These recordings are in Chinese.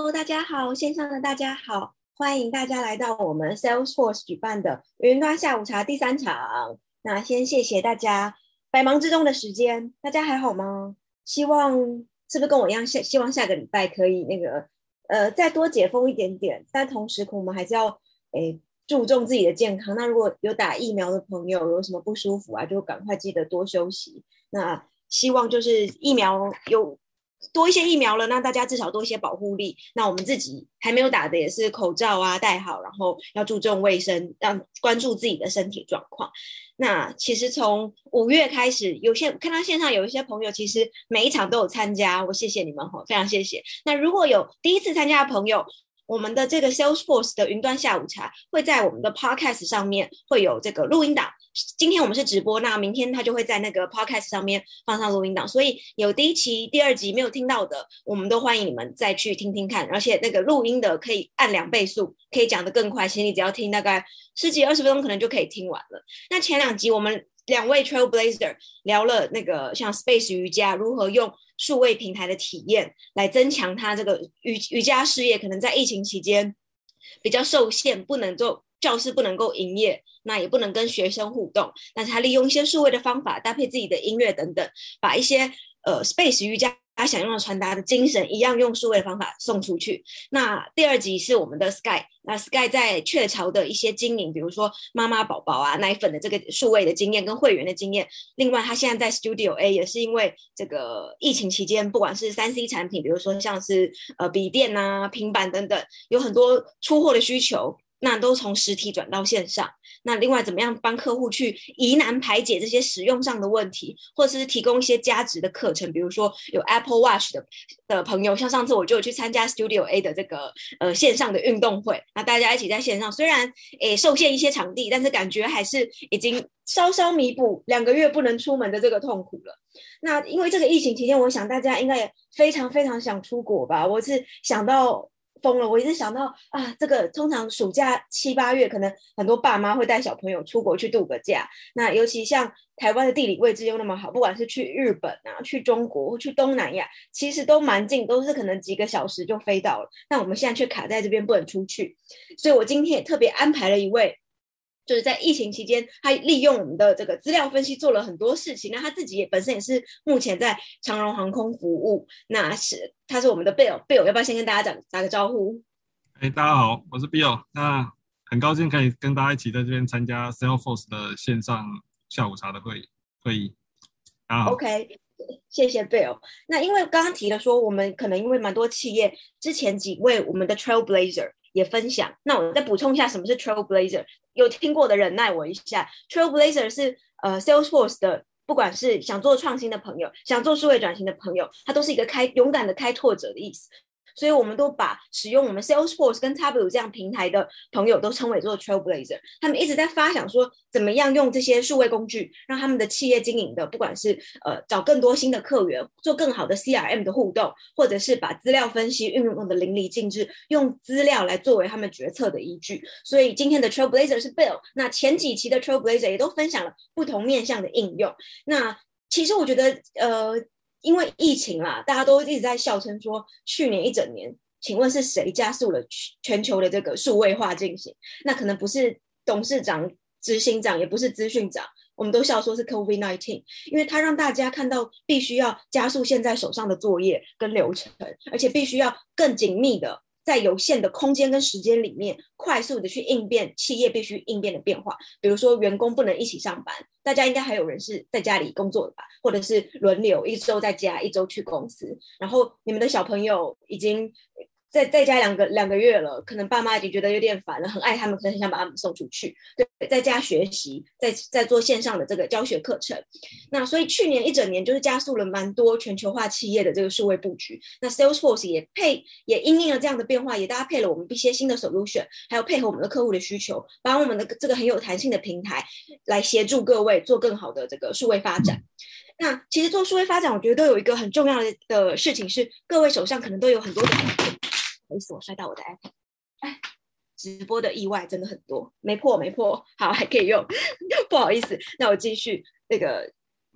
Hello，大家好，线上的大家好，欢迎大家来到我们 Salesforce 举办的云端下午茶第3场。那先谢谢大家百忙之中的时间，大家还好吗？希望是不是跟我一样，希望下个礼拜可以再多解封一点点，但同时我们还是要注重自己的健康。那如果有打疫苗的朋友有什么不舒服啊，就赶快记得多休息。那希望就是疫苗有多一些疫苗了，那大家至少多一些保护力。那我们自己还没有打的也是口罩啊戴好，然后要注重卫生，让关注自己的身体状况。那其实从5月开始，看到线上有一些朋友其实每一场都有参加，我谢谢你们，非常谢谢。那如果有第一次参加的朋友，我们的这个 Salesforce 的云端下午茶会在我们的 Podcast 上面会有这个录音档。今天我们是直播，那明天它就会在那个 Podcast 上面放上录音档，所以有第1期、第2集没有听到的，我们都欢迎你们再去听听看。而且那个录音的可以按2倍速，可以讲得更快，其实你只要听大概10几20分钟可能就可以听完了。那前2集我们2位 Trailblazer 聊了那个像 Space 瑜伽如何用数位平台的体验来增强他这个瑜伽事业，可能在疫情期间比较受限，教室不能够营业，那也不能跟学生互动，但是他利用一些数位的方法搭配自己的音乐等等，把一些Space 瑜伽他想用的传达的精神一样用数位的方法送出去。那第2集是我们的 Sky， 那 Sky 在雀巢的一些经营，比如说妈妈宝宝啊奶粉的这个数位的经验跟会员的经验。另外他现在在 Studio A 也是因为这个疫情期间，不管是 3C 产品，比如说像是笔电啊平板等等，有很多出货的需求，那都从实体转到线上。那另外怎么样帮客户去疑难排解这些使用上的问题，或者是提供一些加值的课程，比如说有 Apple Watch 的朋友，像上次我就有去参加 Studio A 的这个线上的运动会，那大家一起在线上，虽然受限一些场地，但是感觉还是已经稍稍弥补2个月不能出门的这个痛苦了。那因为这个疫情期间，我想大家应该也非常非常想出国吧，我是想到疯了，我一直想到啊，这个通常暑假7、8月，可能很多爸妈会带小朋友出国去度个假。那尤其像台湾的地理位置又那么好，不管是去日本啊、去中国或去东南亚，其实都蛮近，都是可能几个小时就飞到了。那我们现在却卡在这边不能出去，所以我今天也特别安排了一位。就是在疫情期间，他利用我们的这个资料分析做了很多事情。那他自己本身也是目前在长荣航空服务。他是我们的 Bill， 要不要先跟大家打个招呼？ 大家好，我是 Bill。那很高兴可以跟大家一起在这边参加 Salesforce 的线上下午茶的会议。大家好。 OK， 谢谢 Bill。那因为刚刚提了说，我们可能因为蛮多企业之前几位我们的 Trailblazer 也分享，那我再补充一下什么是 Trailblazer。有听过的忍耐我一下 ，Trailblazer 是Salesforce 的，不管是想做创新的朋友，想做数位转型的朋友，它都是一个勇敢的开拓者的意思。所以我们都把使用我们 Salesforce 跟 Tableau 这样平台的朋友都称为做 Trailblazer。他们一直在发想说，怎么样用这些数位工具，让他们的企业经营的，不管是找更多新的客源，做更好的 CRM 的互动，或者是把资料分析运用的淋漓尽致，用资料来作为他们决策的依据。所以今天的 Trailblazer 是 Bill， 那前几期的 Trailblazer 也都分享了不同面向的应用。那其实我觉得因为疫情啦，大家都一直在笑称说，去年1整年，请问是谁加速了全球的这个数位化进行？那可能不是董事长、执行长，也不是资讯长，我们都笑说是 COVID-19， 因为它让大家看到必须要加速现在手上的作业跟流程，而且必须要更紧密的在有限的空间跟时间里面，快速的去应变企业必须应变的变化。比如说员工不能一起上班，大家应该还有人是在家里工作的吧，或者是轮流1周在家1周去公司。然后你们的小朋友已经在家两个月了，可能爸妈已经觉得有点烦了，很爱他们，可能很想把他们送出去，对，在家学习，在做线上的这个教学课程。那所以去年1整年就是加速了蛮多全球化企业的这个数位布局。那 Salesforce 也因应了这样的变化，也搭配了我们一些新的 solution， 还有配合我们的客户的需求，把我们的这个很有弹性的平台来协助各位做更好的这个数位发展。那其实做数位发展，我觉得都有一个很重要的事情是，各位手上可能都有很多的，不好意思，我摔到我的 iPad， 直播的意外真的很多，没破，好，还可以用，不好意思，那我继续那个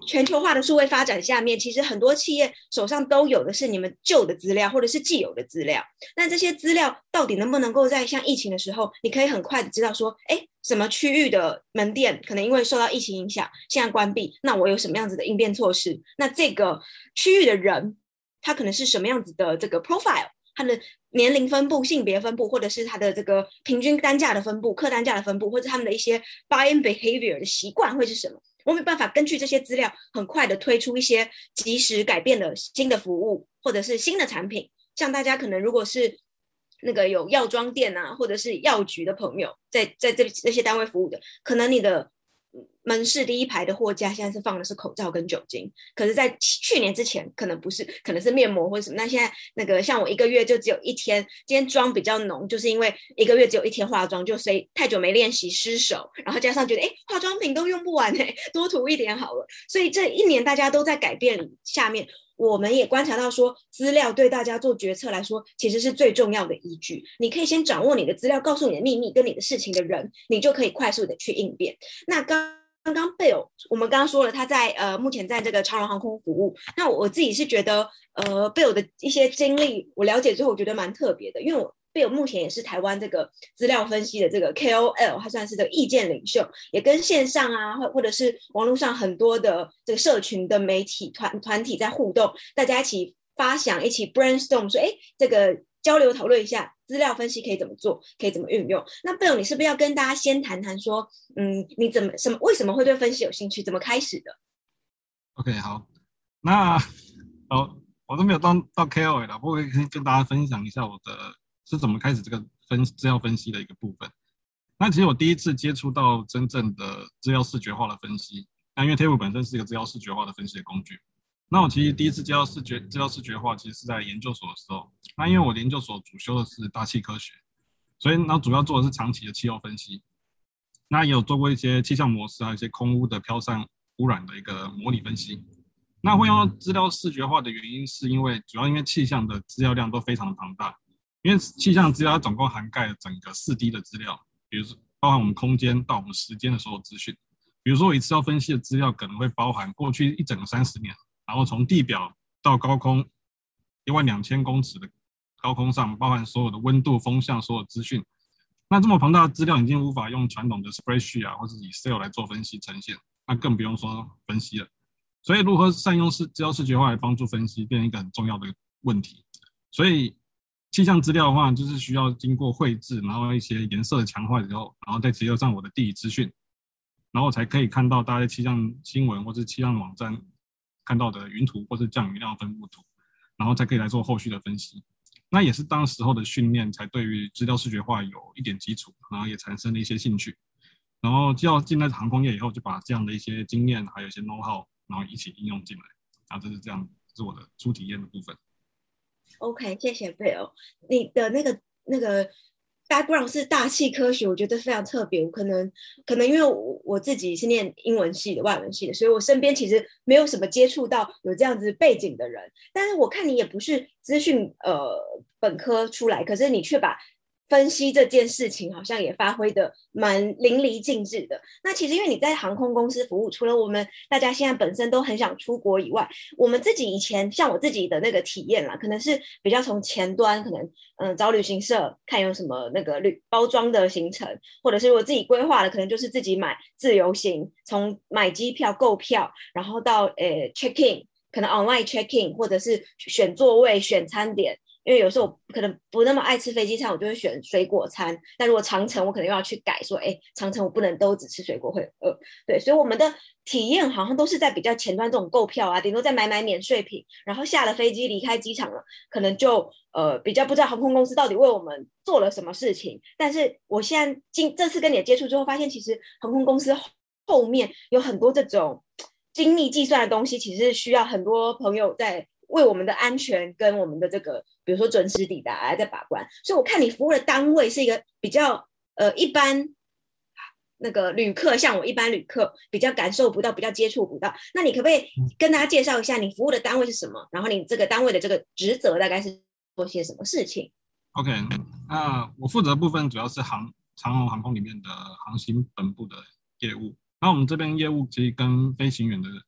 全球化的数位发展下面，其实很多企业手上都有的是你们旧的资料或者是既有的资料。那这些资料到底能不能够在像疫情的时候，你可以很快的知道说，哎，什么区域的门店可能因为受到疫情影响，现在关闭，那我有什么样子的应变措施？那这个区域的人，他可能是什么样子的这个 profile？他的年龄分布、性别分布，或者是他的这个平均单价的分布、客单价的分布，或者他们的一些 buying behavior 的习惯会是什么？我没办法根据这些资料很快的推出一些及时改变的新的服务或者是新的产品。像大家可能如果是那个有药妆店啊，或者是药局的朋友，在这些单位服务的，可能你的门市第一排的货架现在是放的是口罩跟酒精，可是，在去年之前可能不是，可能是面膜或者什么。那现在那个像我一个月就只有一天，今天妆比较浓，就是因为一个月只有一天化妆，就所以太久没练习失手，然后加上觉得化妆品都用不完多涂一点好了。所以这一年大家都在改变下面。我们也观察到说，资料对大家做决策来说，其实是最重要的依据。你可以先掌握你的资料，告诉你的秘密跟你的事情的人，你就可以快速的去应变。那刚 Bill， 我们刚刚说了，他在目前在这个长荣航空服务。那我自己是觉得Bill 的一些经历，我了解之后，我觉得蛮特别的，因为Bill 目前也是台湾这个资料分析的这个 KOL， 他算是这个意见领袖，也跟线上啊或者是网络上很多的这个社群的媒体团体在互动，大家一起发想，一起 brainstorm， 说这个交流讨论一下资料分析可以怎么做，可以怎么运用。那 Bill， 你是不是要跟大家先谈谈说，你为什么会对分析有兴趣，怎么开始的 OK， 好，那我都没有到 KOL 了，不过可以跟大家分享一下我的是怎么开始这个资料分析的一个部分。那其实我第一次接触到真正的资料视觉化的分析，那因为 Table 本身是一个资料视觉化的分析的工具。那我其实第一次接到资料视觉化，其实是在研究所的时候。那因为我研究所主修的是大气科学，所以然后主要做的是长期的气候分析。那也有做过一些气象模式，还有一些空污的飘散污染的一个模拟分析。那会用到资料视觉化的原因，是主要因为气象的资料量都非常的庞大，因为气象资料它总共涵盖了整个4D 的资料，比如说包含我们空间到我们时间的所有资讯。比如说我一次要分析的资料可能会包含过去一整个30年，然后从地表到高空12000公尺的高空上，包含所有的温度、风向所有资讯。那这么庞大的资料已经无法用传统的 spreadsheet 啊或者 Excel 来做分析呈现，那更不用说分析了。所以如何善用资料视觉化来帮助分析，变成一个很重要的问题。所以气象资料的话，就是需要经过绘制，然后一些颜色的强化之后，然后再结合上我的地理资讯，然后才可以看到大家气象新闻或是气象网站看到的云图或是降雨量分布图，然后才可以来做后续的分析。那也是当时候的训练，才对于资料视觉化有一点基础，然后也产生了一些兴趣。然后就要进来航空业以后，就把这样的一些经验还有一些 know how， 然后一起应用进来。然后这是这样，是我的初体验的部分。 OK， 谢谢 Bill。你的那个 background 是大气科学，我觉得非常特别。可能因为我自己是念英文系的、外文系的，所以我身边其实没有什么接触到有这样子背景的人。但是我看你也不是资讯本科出来，可是你却把分析这件事情好像也发挥的蛮淋漓尽致的。那其实因为你在航空公司服务，除了我们大家现在本身都很想出国以外，我们自己以前像我自己的那个体验啦，可能是比较从前端，可能找旅行社看有什么那个包装的行程，或者是我自己规划的，可能就是自己买自由行，从买机票、购票，然后到check in，可能 online check in，或者是选座位、选餐点。因为有时候我可能不那么爱吃飞机餐，我就会选水果餐。但如果长程，我可能又要去改说，长程我不能都只吃水果会饿。对，所以我们的体验好像都是在比较前端这种购票啊，顶多再买免税品，然后下了飞机离开机场了，可能就比较不知道航空公司到底为我们做了什么事情。但是我现在这次跟你的接触之后，发现其实航空公司后面有很多这种精密计算的东西，其实是需要很多朋友在为我们的安全跟我们的这个，比如说准时抵达在把关。所以我看你服务的单位是一个比较一般那个旅客，像我一般旅客比较感受不到、比较接触不到。那你可不可以跟大家介绍一下你服务的单位是什么？然后你这个单位的这个职责大概是做些什么事情 OK， 那我负责的部分主要是长荣航空里面的航行本部的业务。那我们这边业务其实跟飞行员的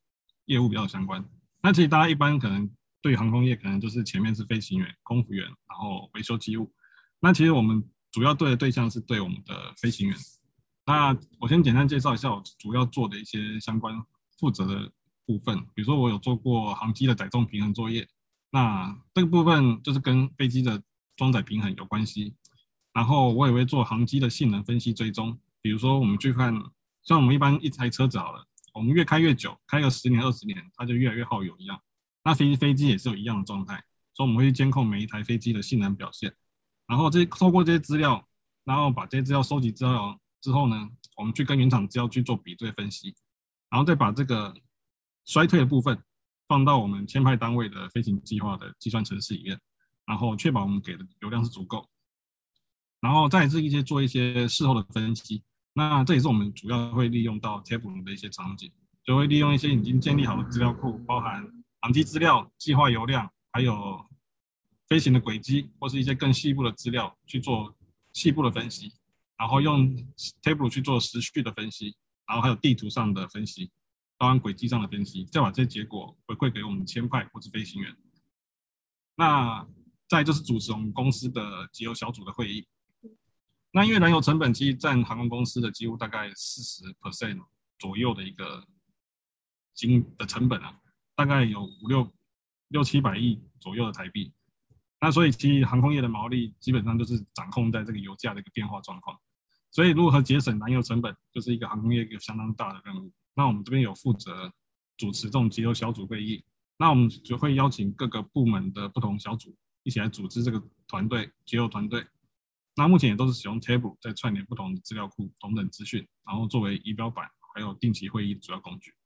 业务比较相关。那其实大家一般可能对于航空业可能就是前面是飞行员、空服员，然后维修机务。那其实我们主要对的对象是对我们的飞行员。那我先简单介绍一下我主要做的一些相关负责的部分，比如说我有做过航机的载重平衡作业，那这个部分就是跟飞机的装载平衡有关系。然后我也会做航机的性能分析追踪，比如说我们去看，像我们一般一台车子好了，我们越开越久，开个10年20年，它就越来越耗油一样。那飞机也是有一样的状态，所以我们会去监控每一台飞机的性能表现，然后透过这些资料，然后把这些资料收集资料之后呢，我们去跟原厂资料去做比对分析，然后再把这个衰退的部分放到我们签派单位的飞行计划的计算程式里面，然后确保我们给的流量是足够，然后再是做一些事后的分析。那这也是我们主要会利用到 Tableau 的一些场景，就会利用一些已经建立好的资料库，包含航机资料、计划油量，还有飞行的轨迹，或是一些更细部的资料去做细部的分析，然后用 Tableau 去做时序的分析，然后还有地图上的分析，包含轨迹上的分析，再把这些结果回馈给我们签派或是飞行员。那再就是主持我们公司的节油小组的会议。那因为燃油成本其实占航空公司的几乎大概40% 左右的一个成本啊，大概有600-700亿左右的台币。那所以其实航空业的毛利基本上就是掌控在这个油价的一个变化状况。所以如何节省燃油成本，就是一个航空业一个相当大的任务。那我们这边有负责主持这种节油小组会议，那我们就会邀请各个部门的不同小组一起来组织这个团队节油团队。那目前也都是使用 Tableau 在串联不同的资料库同等资讯，然后作为仪表板还有定期会议主要工具。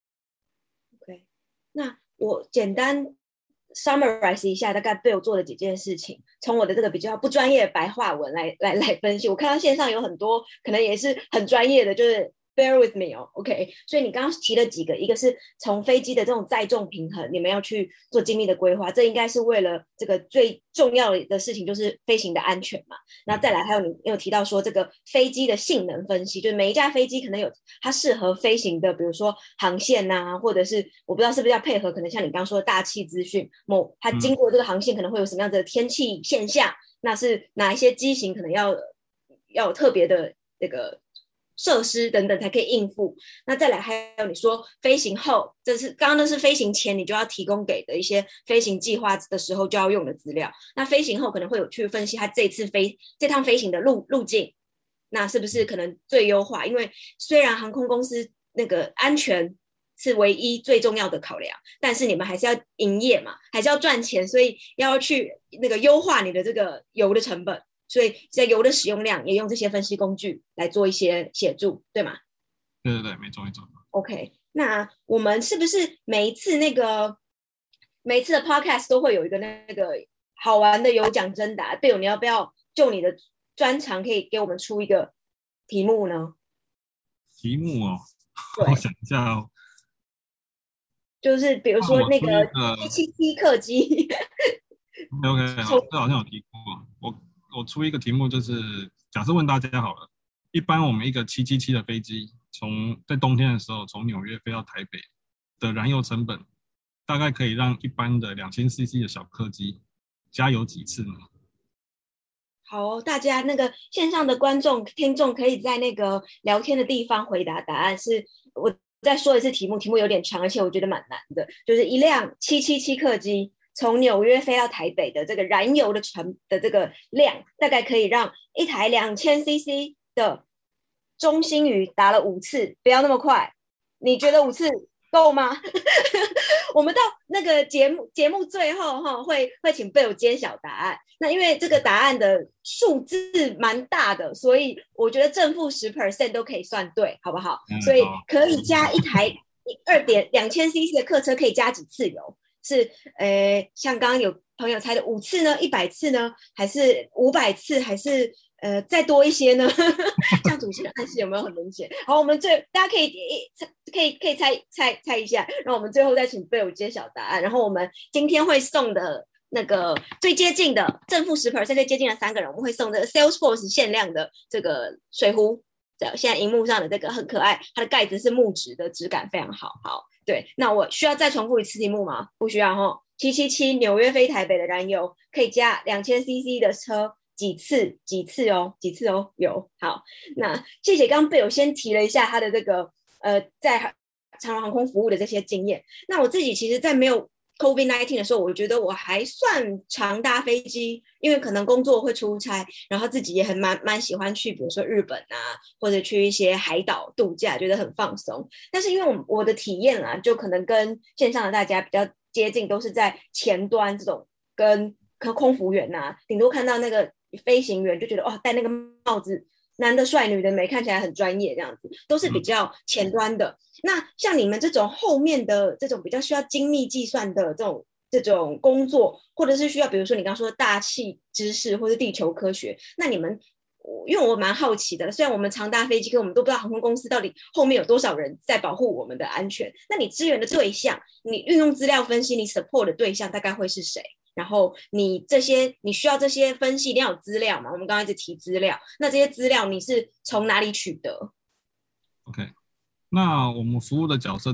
OK，那我简单 summarize 一下大概被我做的几件事情，从我的这个比较不专业的白话文来分析。我看到线上有很多可能也是很专业的，就是 bear with me 哦 ，OK。所以你刚刚提了几个，一个是从飞机的这种载重平衡，你们要去做精密的规划，这应该是为了这个最重要的事情就是飞行的安全嘛。那再来还有你有提到说这个飞机的性能分析，就是每一架飞机可能有它适合飞行的，比如说航线啊，或者是我不知道是不是要配合，可能像你刚刚说的大气资讯，它经过这个航线可能会有什么样子的天气现象，那是哪一些机型可能要有特别的这个设施等等才可以应付。那再来还有你说飞行后，这是刚刚那是飞行前你就要提供给的一些飞行计划的时候就要用的资料。那飞行后可能会有去分析它这趟飞行的路径，那是不是可能最优化？因为虽然航空公司那个安全是唯一最重要的考量，但是你们还是要营业嘛，还是要赚钱，所以要去那个优化你的这个油的成本。所以在油的使用量也用这些分析工具来做一些协助，对吗？ 对对对，没错没错。 OK， 那我们是不是每一次的 podcast 都会有一个那个好玩的有奖征答？Bill，你要不要就你的专长可以给我们出一个题目呢？ 题目哦，我想一下哦， 就是比如说那个777客机。 OK， 好，这好像有提过。我出一个题目，就是假设问大家好了，一般我们一个777的飞机，在冬天的时候从纽约飞到台北的燃油成本，大概可以让一般的2000cc 的小客机加油几次呢？ 好，大家那个线上的听众可以在那个聊天的地方回答答案。是我再说一次题目有点长，而且我觉得蛮难的，就是一辆777客机从纽约飞到台北的这个燃油的这个量，大概可以让一台2000cc 的中星宇打了5次，不要那么快，你觉得5次够吗？我们到那个节目最后会请贝尔揭晓答案。那因为这个答案的数字蛮大的，所以我觉得正负10% 都可以算对，好不好？所以可以加一台2000cc 的客车可以加几次油？是像刚刚有朋友猜的5次呢，100次呢，还是500次，还是再多一些呢？像主持人暗示有没有很明显？好，我们大家可以猜一下，然后我们最后再请贝尔揭晓答案。然后我们今天会送的那个最接近的正负10%最接近的3个人，我们会送这个 Salesforce 限量的这个水壶。现在荧幕上的这个很可爱，它的盖子是木质的，质感非常好。好， 对，那我需要再重复一次题目吗？不需要哈。777纽约飞台北的燃油可以加2000cc 的车几次？几次哦？几次哦？有。好，那谢谢刚刚贝有先提了一下他的这个在长荣航空服务的这些经验。那我自己其实，在没有 COVID-19 的时候，我觉得我还算常搭飞机，因为可能工作会出差，然后自己也很蛮喜欢去，比如说日本啊，或者去一些海岛度假，觉得很放松。但是因为我的体验啊，就可能跟线上的大家比较接近，都是在前端这种跟空服员啊，顶多看到那个飞行员就觉得哦，戴那个帽子，男的帅，女的美，看起来很专业，这样子都是比较前端的。那像你们这种后面的这种比较需要精密计算的这种工作，或者是需要比如说你刚刚说的大气知识或者地球科学，那你们因为我蛮好奇的，虽然我们常搭飞机，可我们都不知道航空公司到底后面有多少人在保护我们的安全。那你支援的对象，你运用资料分析，你 support 的对象大概会是谁？然后你需要这些分析一定要有资料嘛？我们刚刚一直提资料，那这些资料你是从哪里取得 ？OK，那我们服务的角色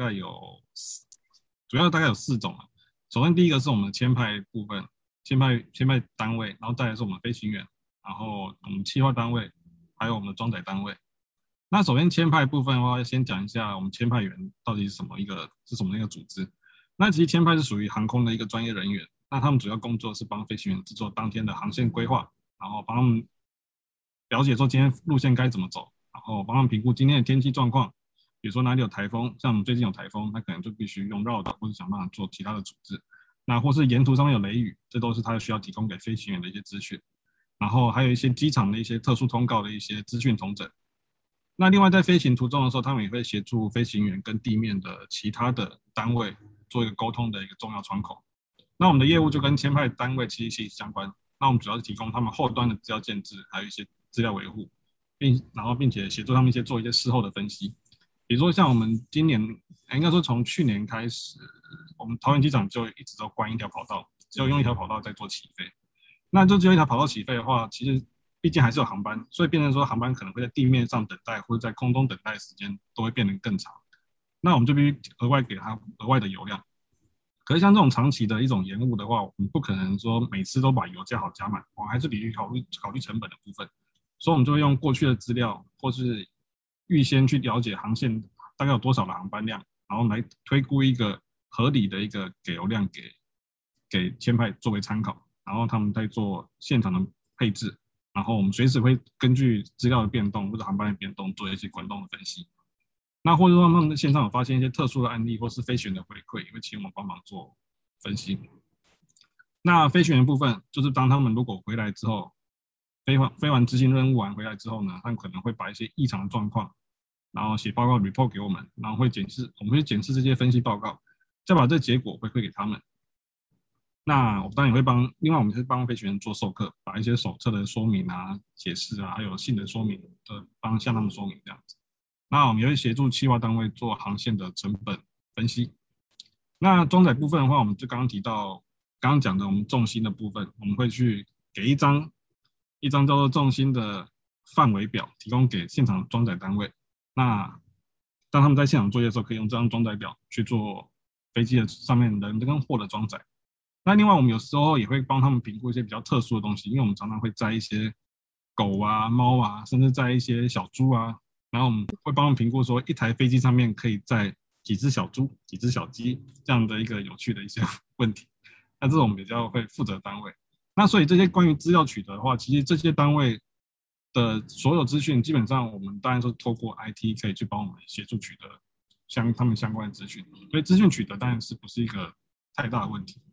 主要大概有4种啊。首先第一个是我们的签派部分，签派单位，然后再来是我们飞行员，然后我们企划单位，还有我们的装载单位。那首先签派部分的话，先讲一下我们签派员到底是什么一个组织。那其实签派是属于航空的一个专业人员，那他们主要工作是帮飞行员制作当天的航线规划，然后帮他们了解说今天路线该怎么走，然后帮他们评估今天的天气状况，比如说哪里有台风，像我们最近有台风，那可能就必须用绕道或者想办法做其他的处置。那或是沿途上面有雷雨，这都是他需要提供给飞行员的一些资讯。然后还有一些机场的一些特殊通告的一些资讯统整。那另外在飞行途中的时候，他们也会协助飞行员跟地面的其他的单位做一个沟通的一个重要窗口。那我们的业务就跟签派单位其实息息相关。那我们主要是提供他们后端的资料建制，还有一些资料维护，并且协助他们做一些事后的分析。比如说像我们今年，应该说从去年开始，我们桃园机场就一直都关一条跑道，只有用一条跑道在做起飞。那就只有一条跑道起飞的话，其实毕竟还是有航班，所以变成说航班可能会在地面上等待，或者在空中等待的时间都会变得更长。那我们就必须额外给它额外的油量。可是像这种长期的一种延误的话，我们不可能说每次都把油加好加满，我们还是必须考虑成本的部分。所以我们就会用过去的资料，或是预先去了解航线大概有多少的航班量，然后来推估一个合理的一个给油量给签派作为参考，然后他们在做现场的配置，然后我们随时会根据资料的变动或者航班的变动做一些滚动的分析。那或者说他们线上有发现一些特殊的案例或是飞行员的回馈，也会请我们帮忙做分析。那飞行员部分就是当他们如果回来之后，飞完执行任务完回来之后呢，他们可能会把一些异常的状况，然后写报告 report 给我们，然后我们会检视这些分析报告，再把这结果回馈给他们。那我当然也会另外我们是帮飞行员做授课，把一些手册的说明啊、解释啊，还有信的说明的向他们说明这样子。那我们也会协助企划单位做航线的成本分析。那装载部分的话，我们就刚刚讲的我们重心的部分，我们会去给一张叫做重心的范围表，提供给现场装载单位。那当他们在现场作业的时候，可以用这张装载表去做飞机的上面人跟货的装载。那另外，我们有时候也会帮他们评估一些比较特殊的东西，因为我们常常会载一些狗啊、猫啊，甚至载一些小猪啊，然后我们会帮他们评估说，一台飞机上面可以载几只小猪、几只小鸡这样的一个有趣的一些问题。那这种比较会负责单位。那所以这些关于资料取得的话，其实这些单位的所有资讯，基本上我们当然是透过 IT 可以去帮我们协助取得他们相关的资讯，所以资讯取得当然是不是一个太大的问题。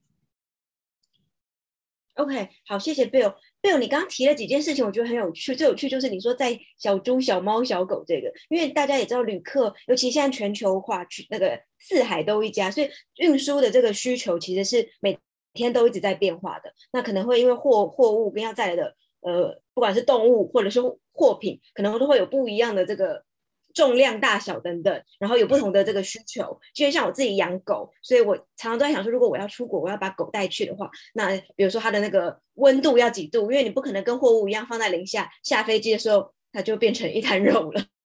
OK，好，谢谢 Bill。Bill，你刚刚提了几件事情，我觉得很有趣。最有趣就是你说在小猪、小猫、小狗这个，因为大家也知道旅客，尤其现在全球化，那个四海都一家，所以运输的这个需求其实是每天都一直在变化的。那可能会因为货物跟要载来的不管是动物或者是货品，可能都会有不一样的这个重量大小等等，然后有不同的这个需求。就像我自己养狗，所以我常常都在想说，如果我要出国，我要把狗带去的话，那比如说它的那个温度要几度，因为你不可能跟货物一样放在零下，下飞机的时候它就变成一滩肉了。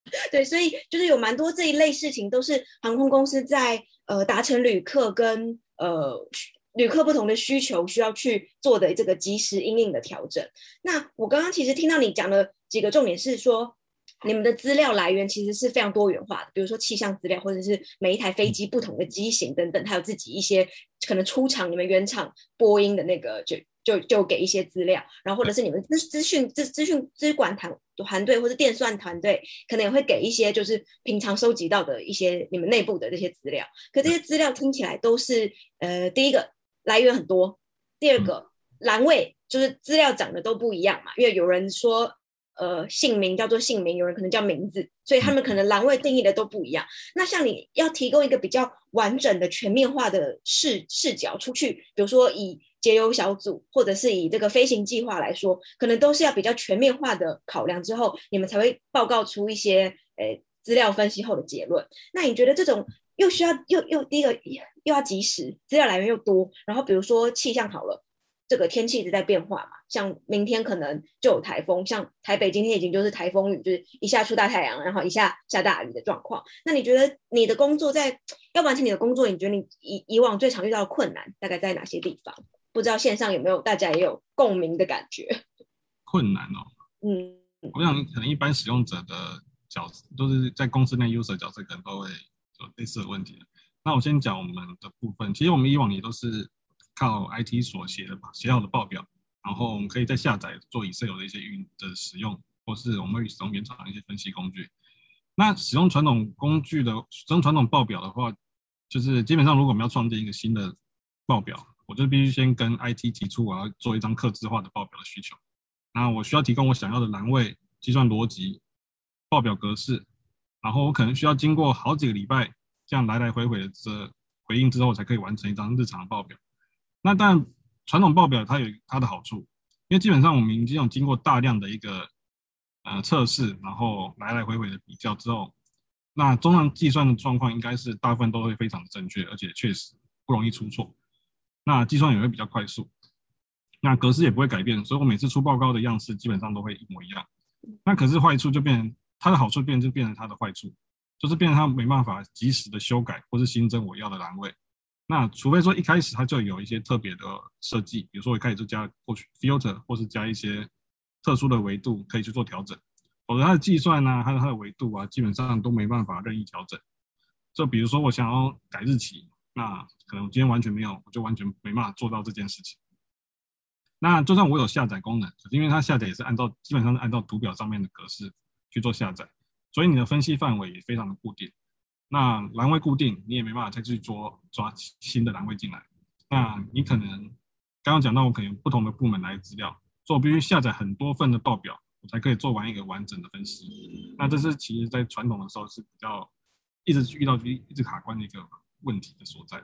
对，所以就是有蛮多这一类事情都是航空公司在达成旅客跟旅客不同的需求需要去做的这个及时因应的调整。那我刚刚其实听到你讲的几个重点是说，你们的资料来源其实是非常多元化的，比如说气象资料，或者是每一台飞机不同的机型等等，还有自己一些可能出厂你们原厂播音的那个就给一些资料，然后或者是你们资管团队或者电算团队，可能也会给一些就是平常收集到的一些你们内部的这些资料。可这些资料听起来都是第一个来源很多，第二个栏位就是资料长得都不一样嘛，因为有人说姓名叫做姓名，有人可能叫名字，所以他们可能栏位定义的都不一样。那像你要提供一个比较完整的全面化的视角出去，比如说以节油小组或者是以这个飞行计划来说，可能都是要比较全面化的考量之后，你们才会报告出一些资料分析后的结论。那你觉得这种又需要又第一个又要及时，资料来源又多，然后比如说气象好了，这个天气一直在变化嘛，像明天可能就有台风，像台北今天已经就是台风雨，就是一下出大太阳，然后一下下大雨的状况。那你觉得你的工作要完成你的工作，你觉得你以往最常遇到的困难大概在哪些地方？不知道线上有没有大家也有共鸣的感觉？ 困难哦。我想可能一般使用者的角色都是在公司内 user 角色可能都会有类似的问题。那我先讲我们的部分，其实我们以往也都是靠 IT 所写好的报表，然后我们可以再下载做Excel的一些的使用，或是我们会使用原厂的一些分析工具。那使用传统报表的话，就是基本上如果我们要创建一个新的报表，我就必须先跟 IT 提出我要做一张客制化的报表的需求。那我需要提供我想要的栏位、计算逻辑、报表格式，然后我可能需要经过好几个礼拜这样来来回回的回应之后，才可以完成一张日常的报表。那当然，传统报表它有它的好处，因为基本上我们已经有经过大量的一个测试，然后来来回回的比较之后，那中量计算的状况应该是大部分都会非常的正确，而且确实不容易出错。那计算也会比较快速，那格式也不会改变，所以我每次出报告的样式基本上都会一模一样。那可是坏处就变成它的好处就变成它的坏处，就是变成它没办法及时的修改或是新增我要的栏位。那除非说一开始它就有一些特别的设计，比如说我一开始就加过去 filter 或是加一些特殊的维度可以去做调整，否则它的计算啊，还有它的维度啊，基本上都没办法任意调整。就比如说我想要改日期，那可能今天完全没有，我就完全没办法做到这件事情。那就算我有下载功能，可是因为它下载也是基本上是按照图表上面的格式去做下载，所以你的分析范围也非常的固定。那栏位固定，你也没办法再去抓新的栏位进来。那你可能刚刚讲到，我可能不同的部门来的资料，所以我必须下载很多份的报表，我才可以做完一个完整的分析。那这是其实在传统的时候是比较一直遇到一直卡关的一个问题的所在的。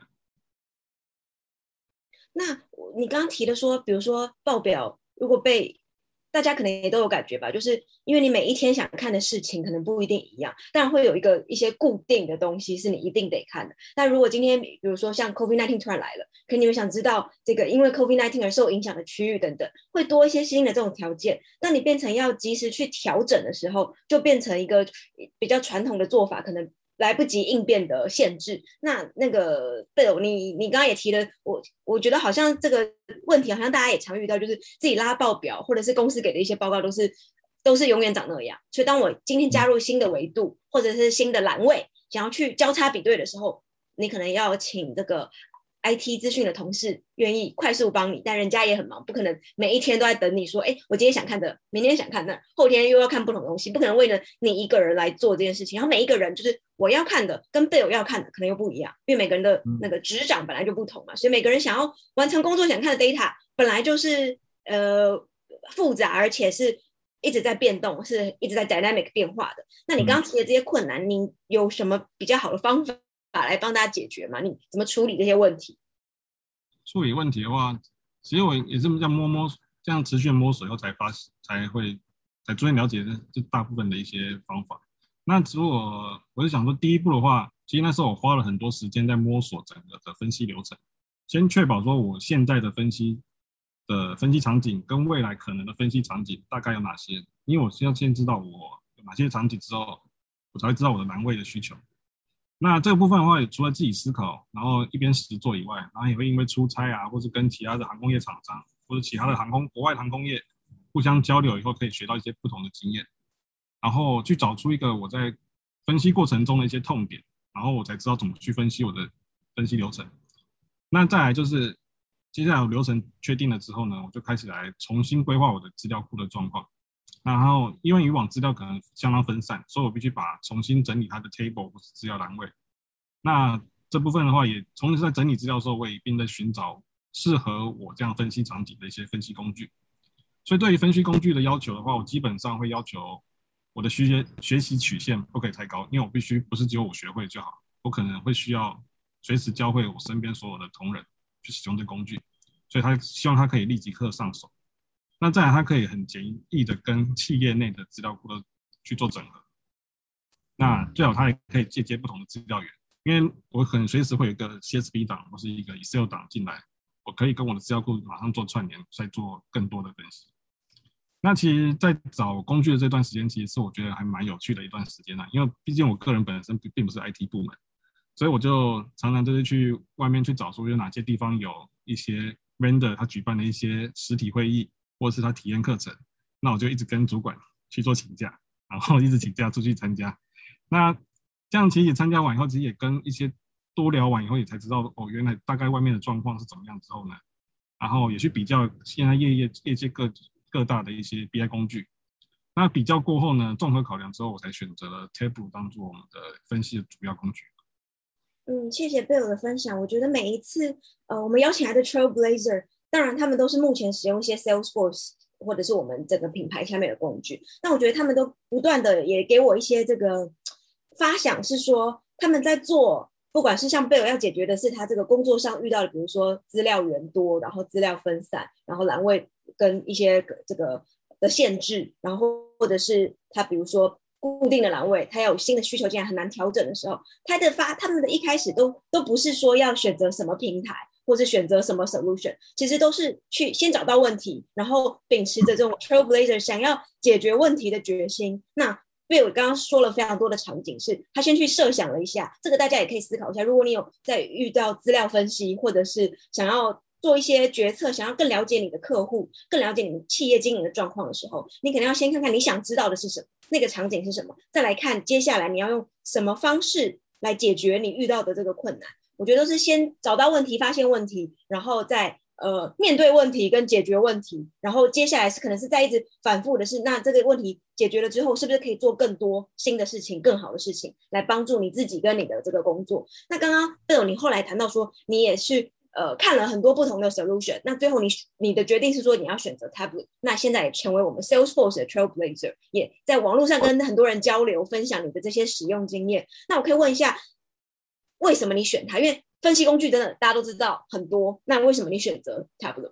那你刚刚提的说，比如说报表如果被大家可能也都有感觉吧，就是因为你每一天想看的事情可能不一定一样，当然会有一些固定的东西是你一定得看的。但如果今天比如说像 COVID-19 突然来了，可你们想知道这个因为 COVID-19 而受影响的区域等等，会多一些新的这种条件，那你变成要及时去调整的时候，就变成一个比较传统的做法，可能来不及应变的限制。那个贝尔，你刚刚也提了，我觉得好像这个问题好像大家也常遇到，就是自己拉报表或者是公司给的一些报告都是永远长那样。所以当我今天加入新的维度或者是新的栏位，想要去交叉比对的时候，你可能要请这个IT 资讯的同事愿意快速帮你，但人家也很忙，不可能每一天都在等你说，哎，我今天想看的，明天想看的，后天又要看不同的东西，不可能为了你一个人来做这件事情。然后每一个人就是我要看的跟队友要看的可能又不一样，因为每个人的那个职掌本来就不同嘛，所以每个人想要完成工作想看的 data 本来就是复杂，而且是一直在变动，是一直在 dynamic 变化的。那你刚刚提的这些困难，你有什么比较好的方法来帮大家解决吗？你怎么处理这些问题？ 处理问题的话，其实我也是这样这样持续摸索以后才逐渐了解这大部分的一些方法。那如果我就想说，第一步的话，其实那时候我花了很多时间在摸索整个的分析流程，先确保说我现在的分析场景跟未来可能的分析场景大概有哪些，因为我要先知道我有哪些场景之后， 我才会知道我的栏位的需求。那这个部分的话，除了自己思考，然后一边实做以外，然后也会因为出差啊，或是跟其他的航空业厂商或者其他的国外航空业互相交流以后，可以学到一些不同的经验，然后去找出一个我在分析过程中的一些痛点，然后我才知道怎么去分析我的分析流程。那再来就是接下来流程确定了之后呢，我就开始来重新规划我的资料库的状况。然后因为以往资料可能相当分散，所以我必须重新整理它的 table 或是资料栏位。那这部分的话，也同时在整理资料的时候，我也一并在寻找适合我这样分析场景的一些分析工具。所以对于分析工具的要求的话，我基本上会要求我的学习曲线不可以太高，因为我必须不是只有我学会就好，我可能会需要随时教会我身边所有的同仁去使用这工具，所以他希望他可以立即刻上手。那再来，他可以很简易的跟企业内的资料库都去做整合。那最好他也可以借接不同的资料源，因为我可能随时会有一个 CSV 档或是一个 Excel 档进来，我可以跟我的资料库马上做串联，再做更多的分析。那其实，在找工具的这段时间，其实是我觉得还蛮有趣的一段时间因为毕竟我个人本身并不是 IT 部门，所以我就常常就是去外面去找说有哪些地方有一些 vendor 他举办的一些实体会议，或者是他体验课程，那我就一直跟主管去做请假，然后一直请假出去参加。那这样其实也参加完以后，其实也跟一些多聊完以后，也才知道原来大概外面的状况是怎么样之后呢，然后也去比较现在业界各大的一些 BI 工具。那比较过后呢，综合考量之后，我才选择了 Tableau 当做我们的分析的主要工具。 谢谢 Bill 的分享。我觉得每一次我们邀请来的 Trailblazer， 当然他们都是目前使用一些 Salesforce 或者是我们整个品牌下面的工具。那我觉得他们都不断的也给我一些这个发想，是说他们在做，不管是像 Bill 要解决的是他这个工作上遇到的，比如说资料源多，然后资料分散，然后栏位跟一些这个的限制，然后或者是他比如说固定的栏位，他要有新的需求进来很难调整的时候，他们的一开始都不是说要选择什么平台，或是选择什么 solution， 其实都是去先找到问题，然后秉持着这种 Trailblazer 想要解决问题的决心。那Bill 刚刚说了非常多的场景，是他先去设想了一下，这个大家也可以思考一下。如果你有在遇到资料分析，或者是想要做一些决策，想要更了解你的客户，更了解你们企业经营的状况的时候，你可能要先看看你想知道的是什么，那个场景是什么，再来看接下来你要用什么方式来解决你遇到的这个困难。我觉得都是先找到问题，发现问题，然后再面对问题跟解决问题，然后接下来是可能是在一直反复的是，那这个问题解决了之后，是不是可以做更多新的事情、更好的事情，来帮助你自己跟你的这个工作？那刚刚 Bill 你后来谈到说，你也是看了很多不同的 solution， 那最后你的决定是说你要选择 Tableau， 那现在也成为我们 Salesforce 的 Trailblazer， 也在网络上跟很多人交流，分享你的这些使用经验。那我可以问一下，为什么你选它？因为分析工具真的大家都知道很多，那为什么你选择 Tableau？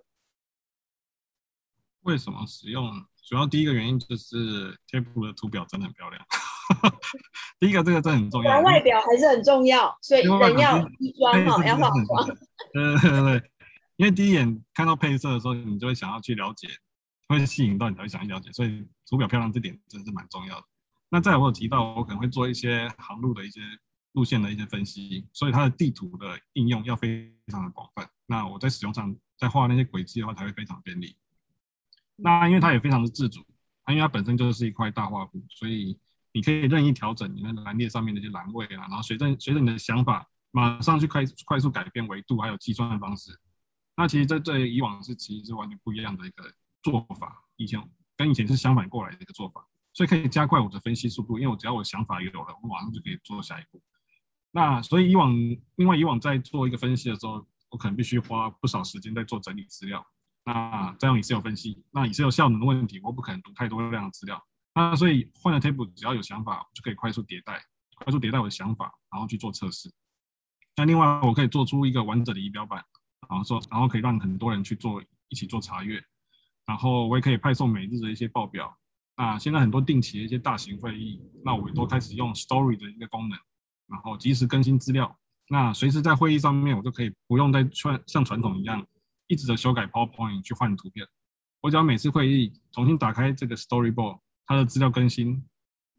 为什么使用？主要第一个原因就是 Tableau 的图表真的很漂亮。第一个这个真的很重要， 外表还是很重要，所以人要衣装哈，要化妆。 对，因为第一眼看到配色的时候，你就会想要去了解，会吸引到你才会想去了解，所以图表漂亮这点真的是蛮重要的。那再来我有提到，我可能会做一些航路的一些路线的一些分析，所以它的地图的应用要非常的广泛。那我在使用上，在画那些轨迹的话，才会非常便利。那因为它也非常的自主，因为它本身就是一块大画布，所以你可以任意调整你那个栏列上面的一些栏位啊，然后随着你的想法，马上去快速改变维度还有计算的方式。那其实这以往其实是完全不一样的一个做法，以前是相反过来的一个做法，所以可以加快我的分析速度，因为我只要我想法有了，我马上就可以做下一步。那所以另外以往在做一个分析的时候，我可能必须花不少时间在做整理资料，那再用 Excel 分析，那 Excel 效能的问题，我不可能读太多量的资料，那所以换了 Table 只要有想法，就可以快速迭代我的想法，然后去做测试。那另外我可以做出一个完整的仪表板，然后可以让很多人一起做查阅，然后我也可以派送每日的一些报表。那现在很多定期的一些大型会议，那我也都开始用 Story 的一个功能，然后及时更新资料。那随时在会议上面，我就可以不用再像传统一样一直的修改 PowerPoint 去换图片。我只要每次会议重新打开这个 Storyboard， 它的资料更新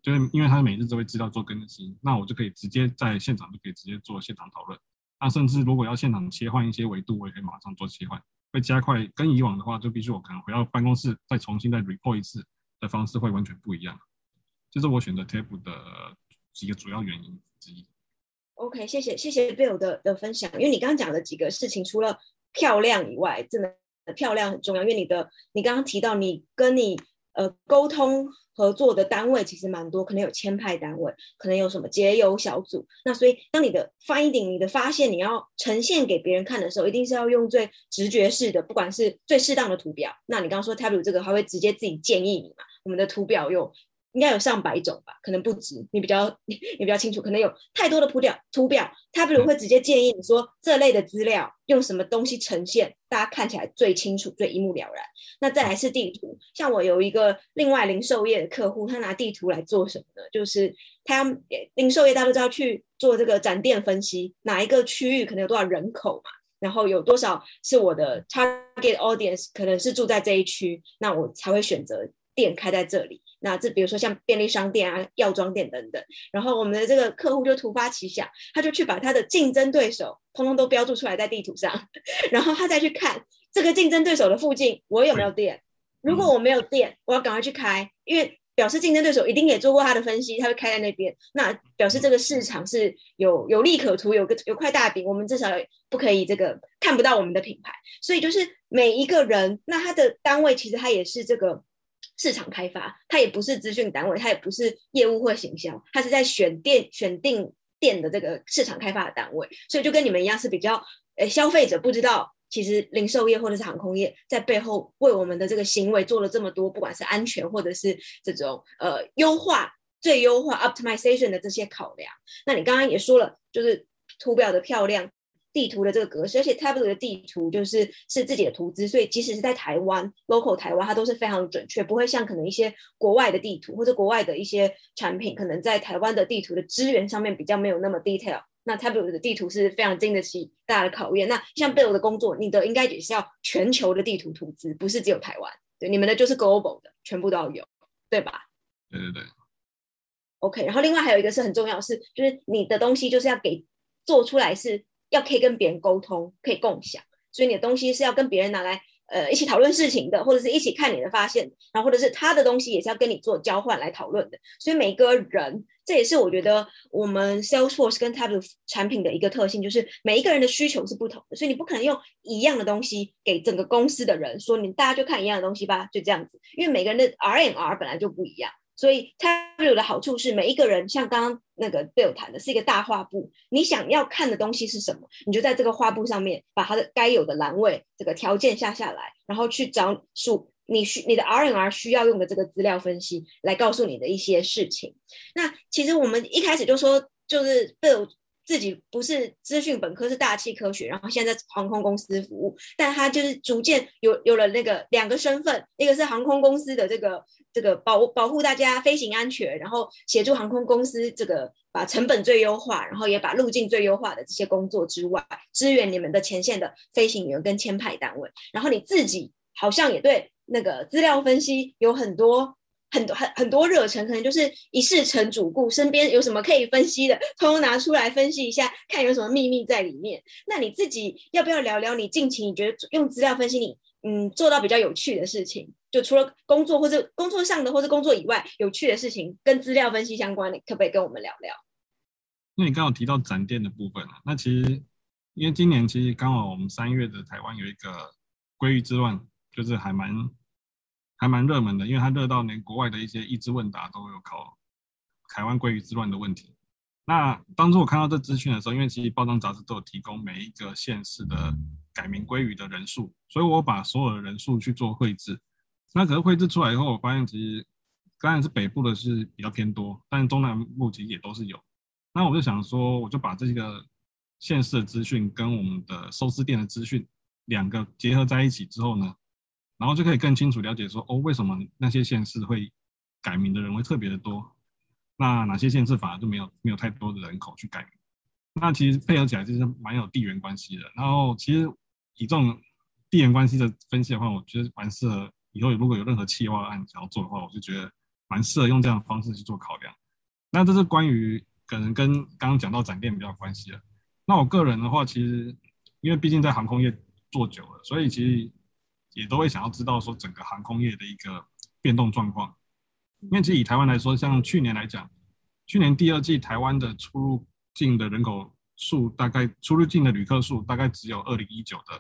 就是因为它每日都会资料做更新，那我就可以直接在现场就可以直接做现场讨论。那甚至如果要现场切换一些维度，我也可以马上做切换，会加快。跟以往的话，就必须我可能回到办公室再重新再 report 一次的方式会完全不一样。这是我选择 Tableau 的几个主要原因之一。 OK，谢谢 Bill 的分享，因为你刚刚讲的几个事情，除了漂亮以外，真的漂亮很重要，因为你刚刚提到你跟你沟通合作的单位其实蛮多，可能有签派单位，可能有什么节油小组，那所以当你的 finding 你的发现你要呈现给别人看的时候，一定是要用最直觉式的，不管是最适当的图表。那你刚刚说 Tableau 这个还会直接自己建议你嘛？我们的图表应该有上百种吧，可能不止，你比较清楚，可能有太多的图表Tableau 会直接建议你说这类的资料用什么东西呈现，大家看起来最清楚、最一目了然。那再来是地图，像我有一个另外零售业的客户，他拿地图来做什么呢？就是他要零售业大家都知道去做这个展店分析，哪一个区域可能有多少人口嘛，然后有多少是我的 target audience 可能是住在这一区，那我才会选择店开在这里。那这比如说像便利商店啊、药妆店等等，然后我们的这个客户就突发奇想，他就去把他的竞争对手通通都标注出来在地图上，然后他再去看这个竞争对手的附近我有没有店。如果我没有店，我要赶快去开，因为表示竞争对手一定也做过他的分析，他会开在那边，那表示这个市场是有利可图，有块大饼，我们至少不可以这个看不到我们的品牌。所以就是每一个人，那他的单位其实他也是这个市场开发，它也不是资讯单位，它也不是业务或行销，它是在选定店的这个市场开发的单位，所以就跟你们一样是比较消费者不知道，其实零售业或者是航空业在背后为我们的这个行为做了这么多，不管是安全或者是这种最优化 optimization 的这些考量。那你刚刚也说了，就是图表的漂亮。地图的这个格式，而且 Tableau 的地图是自己的图资，所以即使是在台湾 local 台湾，它都是非常准确，不会像可能一些国外的地图或者国外的一些产品，可能在台湾的地图的资源上面比较没有那么 detail。那 Tableau 的地图是非常经得起大家的考验。那像 Bill 的工作，你的应该也是要全球的地图图资，不是只有台湾。对，你们的就是 global 的，全部都要有，对吧？ 对对对。 OK， 然后另外还有一个是很重要的是，就是你的东西就是要做出来是。要可以跟别人沟通，可以共享，所以你的东西是要跟别人拿来一起讨论事情的，或者是一起看你的发现，然后或者是他的东西也是要跟你做交换来讨论的。所以每个人，这也是我觉得我们 Salesforce 跟 Tableau 产品的一个特性，就是每一个人的需求是不同的，所以你不可能用一样的东西给整个公司的人说，大家就看一样的东西吧，就这样子，因为每个人的 R&R 本来就不一样。所以 Tableau 的好处是每一个人像刚刚那个 Bill 谈的是一个大画布，你想要看的东西是什么，你就在这个画布上面把它的该有的栏位这个条件下来，然后去找你的 R&R 需要用的这个资料分析来告诉你的一些事情。那其实我们一开始就说，就是 Bill自己不是资讯本科，是大气科学，然后现在在航空公司服务，但他就是逐渐有了那个2个身份，一个是航空公司的这个保护大家飞行安全，然后协助航空公司这个把成本最优化，然后也把路径最优化的这些工作之外，支援你们的前线的飞行员跟签派单位，然后你自己好像也对那个资料分析有很多热忱，可能就是一试成主顾，身边有什么可以分析的，通通拿出来分析一下，看有什么秘密在里面。那你自己要不要聊聊你近期你觉得用资料分析你做到比较有趣的事情？就除了工作或者工作上的或者工作以外有趣的事情，跟资料分析相关，你可不可以跟我们聊聊？ 因为你刚好提到展店的部分啊，那其实因为今年其实刚好我们3月的台湾有一个鲑鱼之乱，就是还蛮热门的，因为它热到连国外的一些益智问答都有考台湾鲑鱼之乱的问题。那当初我看到这资讯的时候，因为其实报章杂志都有提供每一个县市的改名鲑鱼的人数，所以我把所有的人数去做绘制。那可是绘制出来以后，我发现其实当然是北部的是比较偏多，但是中南部其实也都是有。那我就想说，我就把这个县市的资讯跟我们的寿司店的资讯2个结合在一起之后呢，然后就可以更清楚了解说，为什么那些县市会改名的人会特别的多，那哪些县市反而就没有太多的人口去改名。那其实配合起来就是蛮有地缘关系的。然后其实以这种地缘关系的分析的话，我觉得蛮适合以后如果有任何企划案想要做的话，我就觉得蛮适合用这样的方式去做考量。那这是关于可能跟刚刚讲到展店比较有关系的。那我个人的话，其实因为毕竟在航空业做久了，所以其实也都会想要知道说整个航空业的一个变动状况。因为其实以台湾来说，像去年来讲，去年第二季台湾的出入境的人口数大概出入境的旅客数大概只有2019的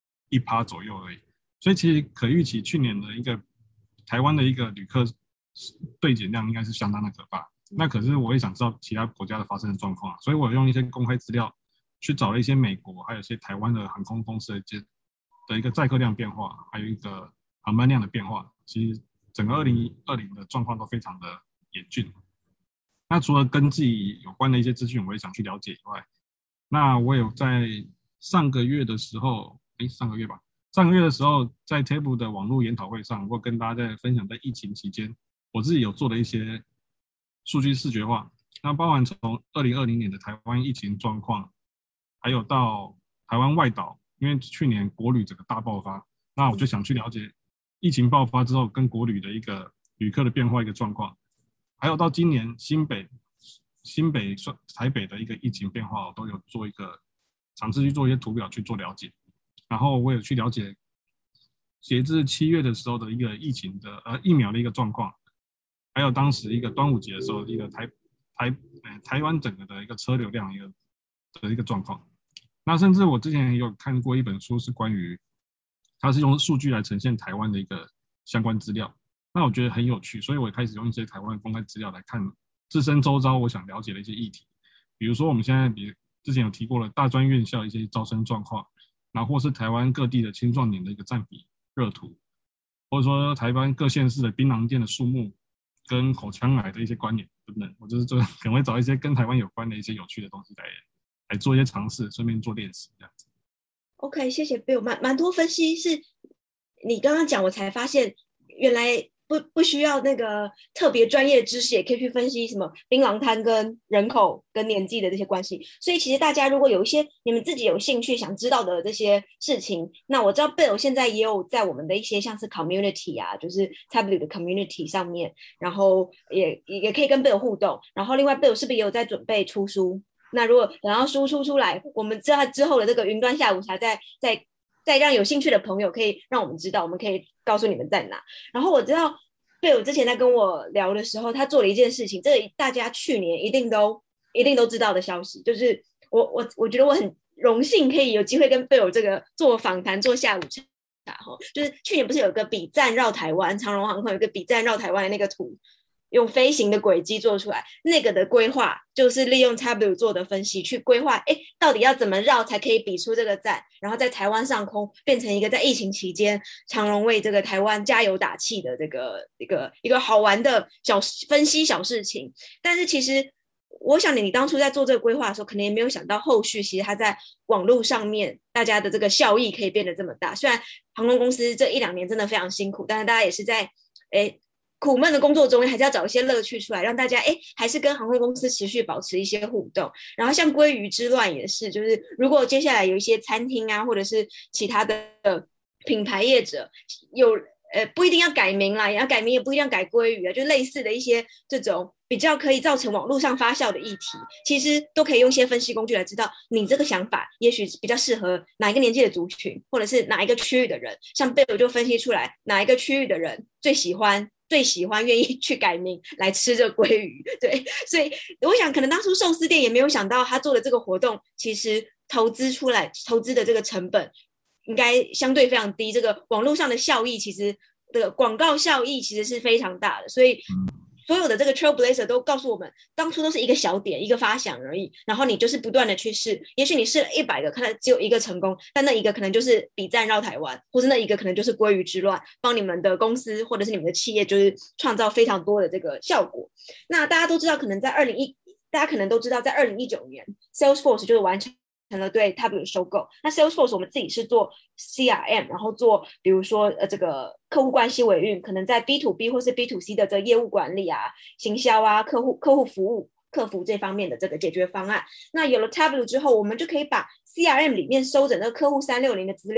1%左右而已，所以其实可预期去年的一个台湾的一个旅客对减量应该是相当的可怕。那可是我也想知道其他国家的发生的状况，所以我用一些公开资料去找了一些美国还有一些台湾的航空公司的一个载客量变化，还有一个航班量的变化，其实整个2020的状况都非常的严峻。那除了跟自己有关的一些资讯我也想去了解以外，那我有在上个月的时候，上个月的时候在 Table 的网络研讨会上，我跟大家在分享在疫情期间我自己有做的一些数据视觉化，那包含从2020年的台湾疫情状况，还有到台湾外岛，因为去年国旅整个大爆发，那我就想去了解疫情爆发之后跟国旅的一个旅客的变化一个状况，还有到今年新北、台北的一个疫情变化，我都有做一个尝试去做一些图表去做了解，然后我有去了解截至7月的时候的一个疫情的疫苗的一个状况，还有当时一个端午节的时候一个台湾整个的一个车流量的一个状况。那甚至我之前也有看过一本书，是关于它是用数据来呈现台湾的一个相关资料，那我觉得很有趣，所以我也开始用一些台湾公开资料来看自身周遭我想了解的一些议题，比如说我们现在之前有提过了大专院校一些招生状况，然后或是台湾各地的青壮年的一个占比热图，或者说台湾各县市的槟榔店的数目跟口腔癌的一些关联等等，我就是可能会找一些跟台湾有关的一些有趣的东西来做一些尝试，顺便做练习这样子。 OK， 谢谢 Bill， 蛮多分析是你刚刚讲，我才发现原来不需要那个特别专业的知识，也可以去分析什么槟榔摊跟人口跟年纪的这些关系。所以其实大家如果有一些你们自己有兴趣想知道的这些事情，那我知道 Bill 现在也有在我们的一些像是 community 啊，就是 Tableau 的 community 上面，然后也可以跟 Bill 互动。然后另外 Bill 是不是也有在准备出书？那如果等到输出出来，我们知道之后的这个云端下午茶再让有兴趣的朋友可以让我们知道，我们可以告诉你们在哪。然后我知道贝尔之前在跟我聊的时候，他做了一件事情，这大家去年一定都知道的消息，就是我觉得我很荣幸可以有机会跟贝尔这个做访谈做下午茶。就是去年不是有个比赞绕台湾，长荣航空有个比赞绕台湾的那个图，用飞行的轨迹做出来，那个的规划就是利用 Tableau 做的分析去规划，到底要怎么绕才可以比出这个赞，然后在台湾上空变成一个在疫情期间长荣为这个台湾加油打气的这个一个好玩的小分析小事情。但是其实我想你当初在做这个规划的时候，可能也没有想到后续其实它在网络上面大家的这个效益可以变得这么大。虽然航空公司这1-2年真的非常辛苦，但是大家也是在苦闷的工作中还是要找一些乐趣出来，让大家还是跟航空公司持续保持一些互动。然后像鲑鱼之乱也是，就是如果接下来有一些餐厅啊，或者是其他的品牌业者有不一定要改名啦，也要改名也不一定要改鲑鱼啊，就类似的一些这种比较可以造成网络上发酵的议题，其实都可以用一些分析工具来知道你这个想法也许比较适合哪一个年纪的族群，或者是哪一个区域的人。像贝尔就分析出来哪一个区域的人最喜欢愿意去改名来吃这鲑鱼。对，所以我想可能当初寿司店也没有想到他做的这个活动其实投资的这个成本应该相对非常低，这个网络上的效益其实这个广告效益其实是非常大的。所以所有的这个 Trailblazer 都告诉我们，当初都是一个小点一个发想而已，然后你就是不断的去试，也许你试了100个可能只有1个成功，但那一个可能就是比赞绕台湾，或是那一个可能就是鲑鱼之乱，帮你们的公司或者是你们的企业就是创造非常多的这个效果。那大家都知道可能在大家可能都知道在2019年 Salesforce 就是完成了对 Tableau 的收购。那 Salesforce 我们自己是做 CRM， 然后做比如说这个客户关系维运，可能在 B2B 或是 B2C 的这个业务管理啊、行销啊、客户服务、客服这方面的这个解决方案。那有了 Tableau 之后，我们就可以把 CRM 里面收整的客户360的资料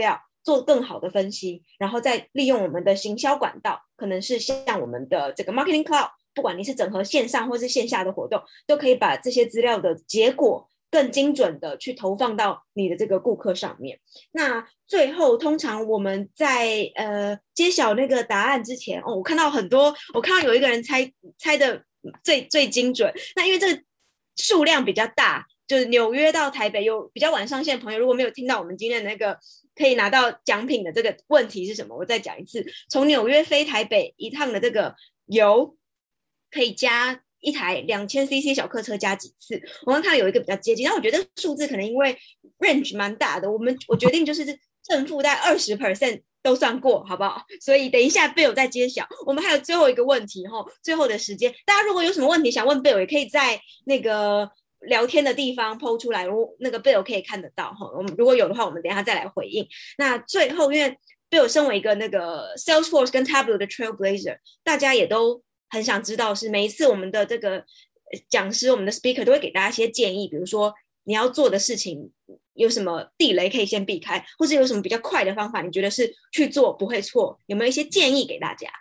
做更好的分析，然后再利用我们的行销管道，可能是像我们的这个 Marketing Cloud，不管你是整合线上或是线下的活动，都可以把这些资料的结果更精准的去投放到你的这个顾客上面。那最后，通常我们在揭晓那个答案之前，我看到有一个人猜的最精准。那因为这个数量比较大，就是纽约到台北有比较晚上线的朋友，如果没有听到我们今天的那个可以拿到奖品的这个问题是什么，我再讲一次：从纽约飞台北一趟的这个油可以加一台2000cc 小客车加几次？我刚看有一个比较接近，但我觉得数字可能因为 range 蛮大的，我决定就是正负在20%都算过，好不好？所以等一下 Bill 再揭晓。我们还有最后一个问题最后的时间，大家如果有什么问题想问 Bill， 也可以在那个聊天的地方 po 出来，那个 Bill 可以看得到我们如果有的话，我们等一下再来回应。那最后，因为 Bill 身为一个那个 Salesforce 跟 Tableau 的 Trailblazer， 大家也都很想知道是每一次我们的这个讲师，我们的 speaker 都会给大家一些建议，比如说你要做的事情有什么地雷可以先避开，或是有什么比较快的方法，你觉得是去做不会错？有没有一些建议给大家？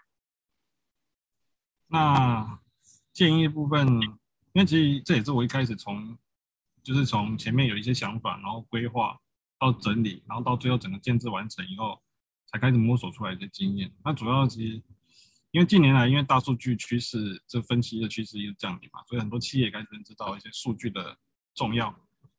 那建议部分，因为其实这也是我一开始就是从前面有一些想法，然后规划到整理，然后到最后整个建制完成以后，才开始摸索出来的经验。那主要其实因为近年来因为大数据趋势，这分析的趋势一直降临嘛，所以很多企业开始认知到一些数据的重要。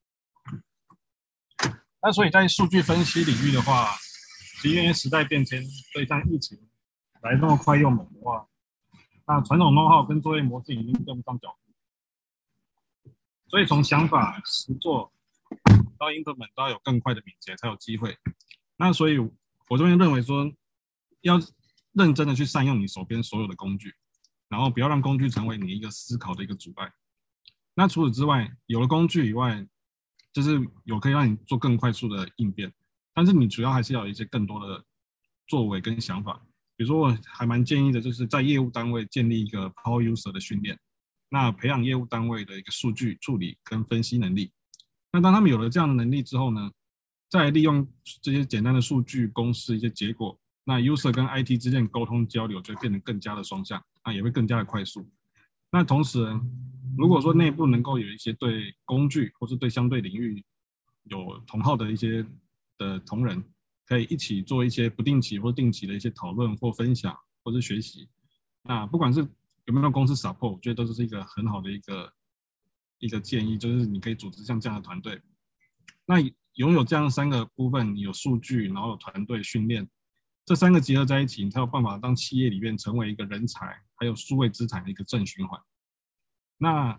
那所以在数据分析领域的话，其实因为时代变迁，所以像疫情来那么快又猛的话，那传统 know-how 跟作业模式已经跟不上脚步，所以从想法实作到 implement 都要有更快的敏捷才有机会。那所以我这边认为说，要认真的去善用你手边所有的工具，然后不要让工具成为你一个思考的一个阻碍。那除此之外，有了工具以外，就是有可以让你做更快速的应变，但是你主要还是要有一些更多的作为跟想法。比如说我还蛮建议的，就是在业务单位建立一个 Power User 的训练，那培养业务单位的一个数据处理跟分析能力。那当他们有了这样的能力之后呢，再利用这些简单的数据公式一些结果，那 User 跟 IT 之间沟通交流就会变得更加的双向，那也会更加的快速。那同时呢，如果说内部能够有一些对工具或是对相对领域有同好的一些的同仁，可以一起做一些不定期或定期的一些讨论或分享或是学习。那不管是有没有公司 support， 我觉得都是一个很好的一个建议，就是你可以组织像这样的团队。那拥有这样3个部分，你有数据，然后有团队训练，这3个结合在一起，你才有办法让企业里面成为一个人才还有数位资产的一个正循环。那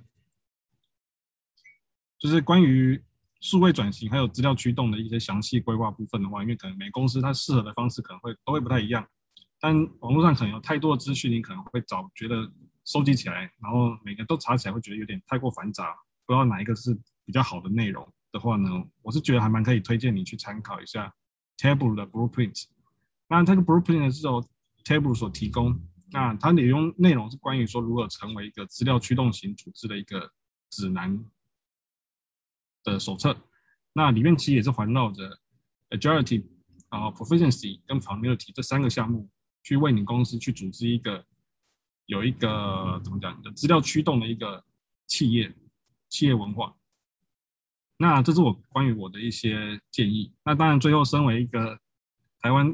就是关于数位转型还有资料驱动的一些详细规划部分的话，因为可能每公司它适合的方式可能都会不太一样，但网络上可能有太多的资讯，你可能会觉得收集起来，然后每个都查起来会觉得有点太过繁杂，不知道哪一个是比较好的内容的话呢，我是觉得还蛮可以推荐你去参考一下 Tableau 的 Blueprint。那这个 Blueprint 是由 Tableau 所提供，那它的内容是关于说如何成为一个资料驱动型组织的一个指南的手册。那里面其实也是环绕着 Agility、Proficiency 跟 Community 这3个项目，去为你公司去组织有一个怎么讲的资料驱动的一个企业文化。那这是我关于我的一些建议。那当然最后身为一个台湾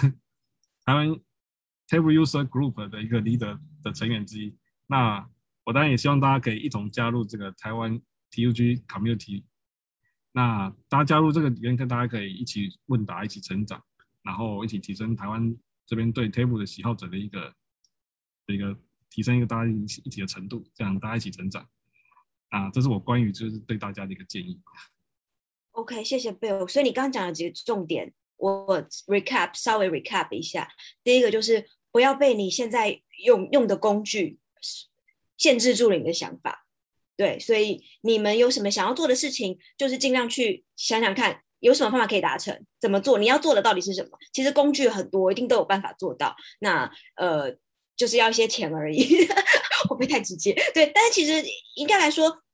Table User Group 的一个 leader 的成员之一，那我当然也希望大家可以一同加入这个台湾 TUG Community。那大家加入这个里面，跟大家可以一起问答，一起成长，然后一起提升台湾这边对 Table 的喜好者的一个提升一个大家一起的程度，这样大家一起成长。这是我关于就是对大家的一个建议。 OK， 谢谢 Bill。所以你刚刚讲的几个重点，我稍微 recap 一下。第一个就是不要被你现在用的工具限制住了你的想法。对，所以你们有什么想要做的事情，就是尽量去想想看，有什么方法可以达成，怎么做，你要做的到底是什么？其实工具很多，一定都有办法做到。那就是要一些钱而已，会不会太直接？对，但是其实应该来说，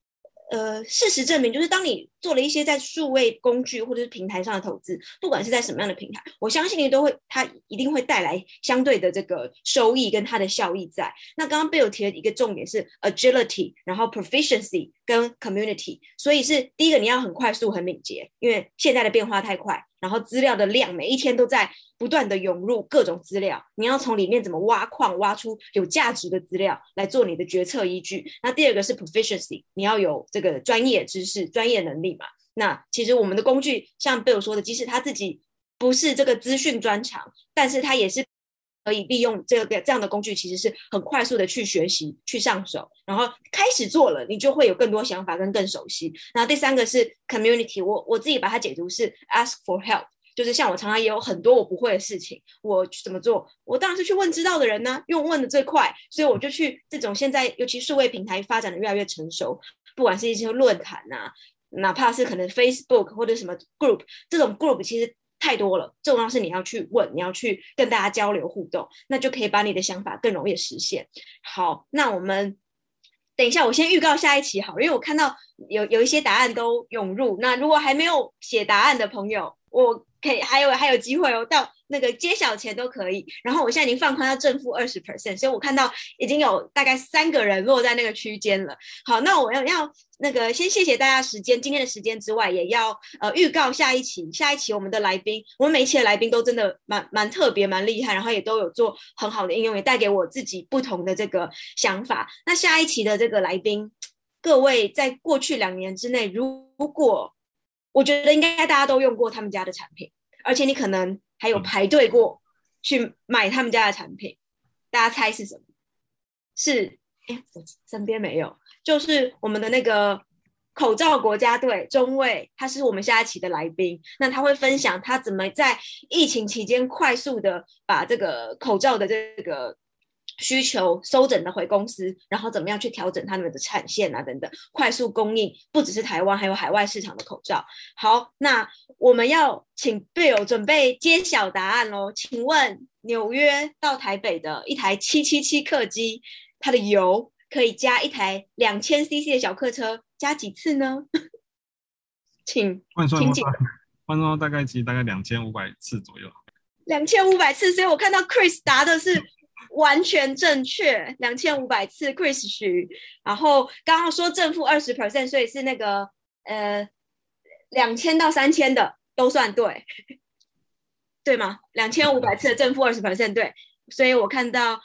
事实证明，就是当你做了一些在数位工具或者是平台上的投资，不管是在什么样的平台，我相信它一定会带来相对的这个收益跟它的效益在。那刚刚 Bill 提的一个重点是 agility， 然后 proficiency 跟 community， 所以是第一个你要很快速很敏捷，因为现在的变化太快，然后资料的量每一天都在不断的涌入各种资料，你要从里面怎么挖矿，挖出有价值的资料来做你的决策依据。那第二个是 proficiency， 你要有这个专业知识、专业能力嘛。那其实我们的工具，像贝尔说的，即使他自己不是这个资讯专长，但是他也是可以利用这样的工具，其实是很快速的去学习、去上手，然后开始做了，你就会有更多想法跟更熟悉。然后第三个是 community， 我自己把它解读是 ask for help。就是像我常常也有很多我不会的事情，我怎么做？我当然是去问知道的人呢，因为我问的最快，所以我就去这种现在尤其数位平台发展的越来越成熟，不管是一些论坛啊，哪怕是可能 Facebook 或者什么 group， 这种 group 其实太多了，重要是你要去问，你要去跟大家交流互动，那就可以把你的想法更容易实现。好，那我们等一下，我先预告下一期好，因为我看到有一些答案都涌入，那如果还没有写答案的朋友，我可以还有机会哦，到那个揭晓前都可以。然后我现在已经放宽到正负20%，所以我看到已经有大概3个人落在那个区间了。好，那我要那个先谢谢大家时间，今天的时间之外，也要预告下一期我们的来宾，我们每一期的来宾都真的蛮特别、蛮厉害，然后也都有做很好的应用，也带给我自己不同的这个想法。那下一期的这个来宾，各位在过去2年之内，如果我觉得应该大家都用过他们家的产品，而且你可能还有排队过去买他们家的产品，大家猜是什么？是，我身边没有，就是我们的那个口罩国家队中尉，他是我们下一期的来宾，那他会分享他怎么在疫情期间快速的把这个口罩的这个需求收整的回公司，然后怎么样去调整他们的产线啊等等，快速供应不只是台湾，还有海外市场的口罩。好，那我们要请 Bill 准备揭晓答案咯。请问纽约到台北的一台777客机，它的油可以加一台2000cc 的小客车，加几次呢？请解。 换算大概2500次左右。 2500次，所以我看到 Chris 答的是完全正确，2500次 Chris 许。然后刚刚说正负20%，所以是那个2000到3000的都算对，对吗？2500次的正负20%对，所以我看到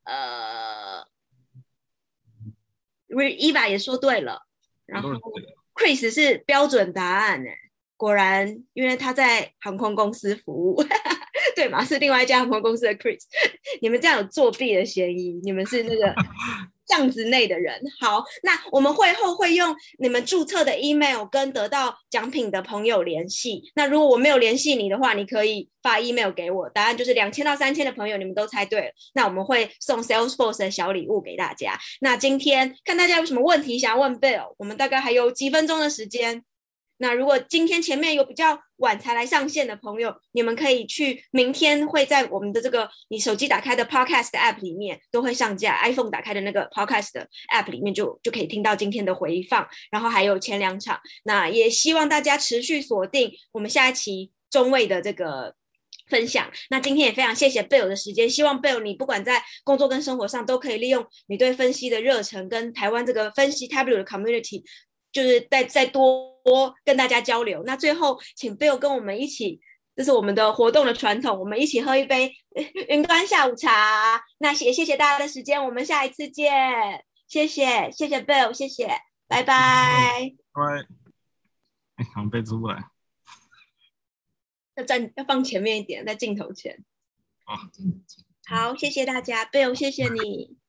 Eva 也说对了，然后 Chris 是标准答案哎，果然因为他在航空公司服务。对嘛，是另外一家航空公司的 Chris， 你们这样有作弊的嫌疑，你们是那个巷子内的人。好，那我们会后会用你们注册的 email 跟得到奖品的朋友联系。那如果我没有联系你的话，你可以发 email 给我，答案就是2000到3000的朋友，你们都猜对了，那我们会送 Salesforce 的小礼物给大家。那今天看大家有什么问题想要问 Bill， 我们大概还有几分钟的时间。那如果今天前面有比较晚才来上线的朋友，你们可以去明天会在我们的这个你手机打开的 Podcast App 里面都会上架 ，iPhone 打开的那个 Podcast 的 App 里面就可以听到今天的回放，然后还有前2场。那也希望大家持续锁定我们下一期中尉的这个分享。那今天也非常谢谢 Bill 的时间，希望 Bill 你不管在工作跟生活上都可以利用你对分析的热忱跟台湾这个分析 Tableau 的 community， 就是再多跟大家交流。那最后请 Bill 跟我们一起，这是我们的活动的传统，我们一起喝一杯云端下午茶。那也谢谢大家的时间，我们下一次见。谢谢 Bill， 谢谢，拜拜。 拜。好，背出来。 要放前面一点，在镜头前。好，谢谢大家 ，Bill， 谢谢你。